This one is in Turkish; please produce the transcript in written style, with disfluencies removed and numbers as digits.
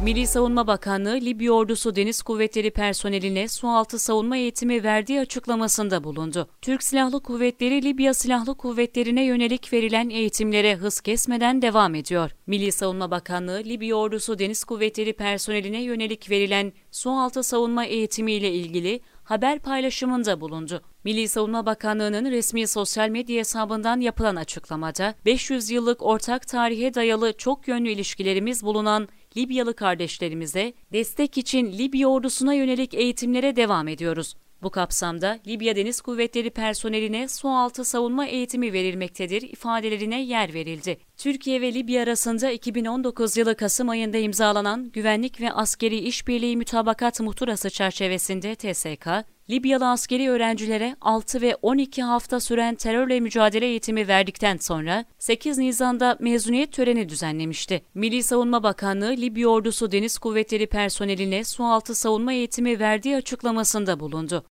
Milli Savunma Bakanlığı, Libya Ordusu Deniz Kuvvetleri personeline sualtı savunma eğitimi verdiği açıklamasında bulundu. Türk Silahlı Kuvvetleri, Libya Silahlı Kuvvetleri'ne yönelik verilen eğitimlere hız kesmeden devam ediyor. Milli Savunma Bakanlığı, Libya Ordusu Deniz Kuvvetleri personeline yönelik verilen sualtı savunma eğitimi ile ilgili haber paylaşımında bulundu. Milli Savunma Bakanlığı'nın resmi sosyal medya hesabından yapılan açıklamada, 500 yıllık ortak tarihe dayalı çok yönlü ilişkilerimiz bulunan Libyalı kardeşlerimize destek için Libya ordusuna yönelik eğitimlere devam ediyoruz. Bu kapsamda Libya Deniz Kuvvetleri personeline sualtı savunma eğitimi verilmektedir ifadelerine yer verildi. Türkiye ve Libya arasında 2019 yılı Kasım ayında imzalanan Güvenlik ve Askeri İşbirliği Mütabakat Muhtırası çerçevesinde TSK, Libyalı askeri öğrencilere 6 ve 12 hafta süren terörle mücadele eğitimi verdikten sonra 8 Nisan'da mezuniyet töreni düzenlemişti. Milli Savunma Bakanlığı, Libya Ordusu Deniz Kuvvetleri personeline sualtı savunma eğitimi verdiği açıklamasında bulundu.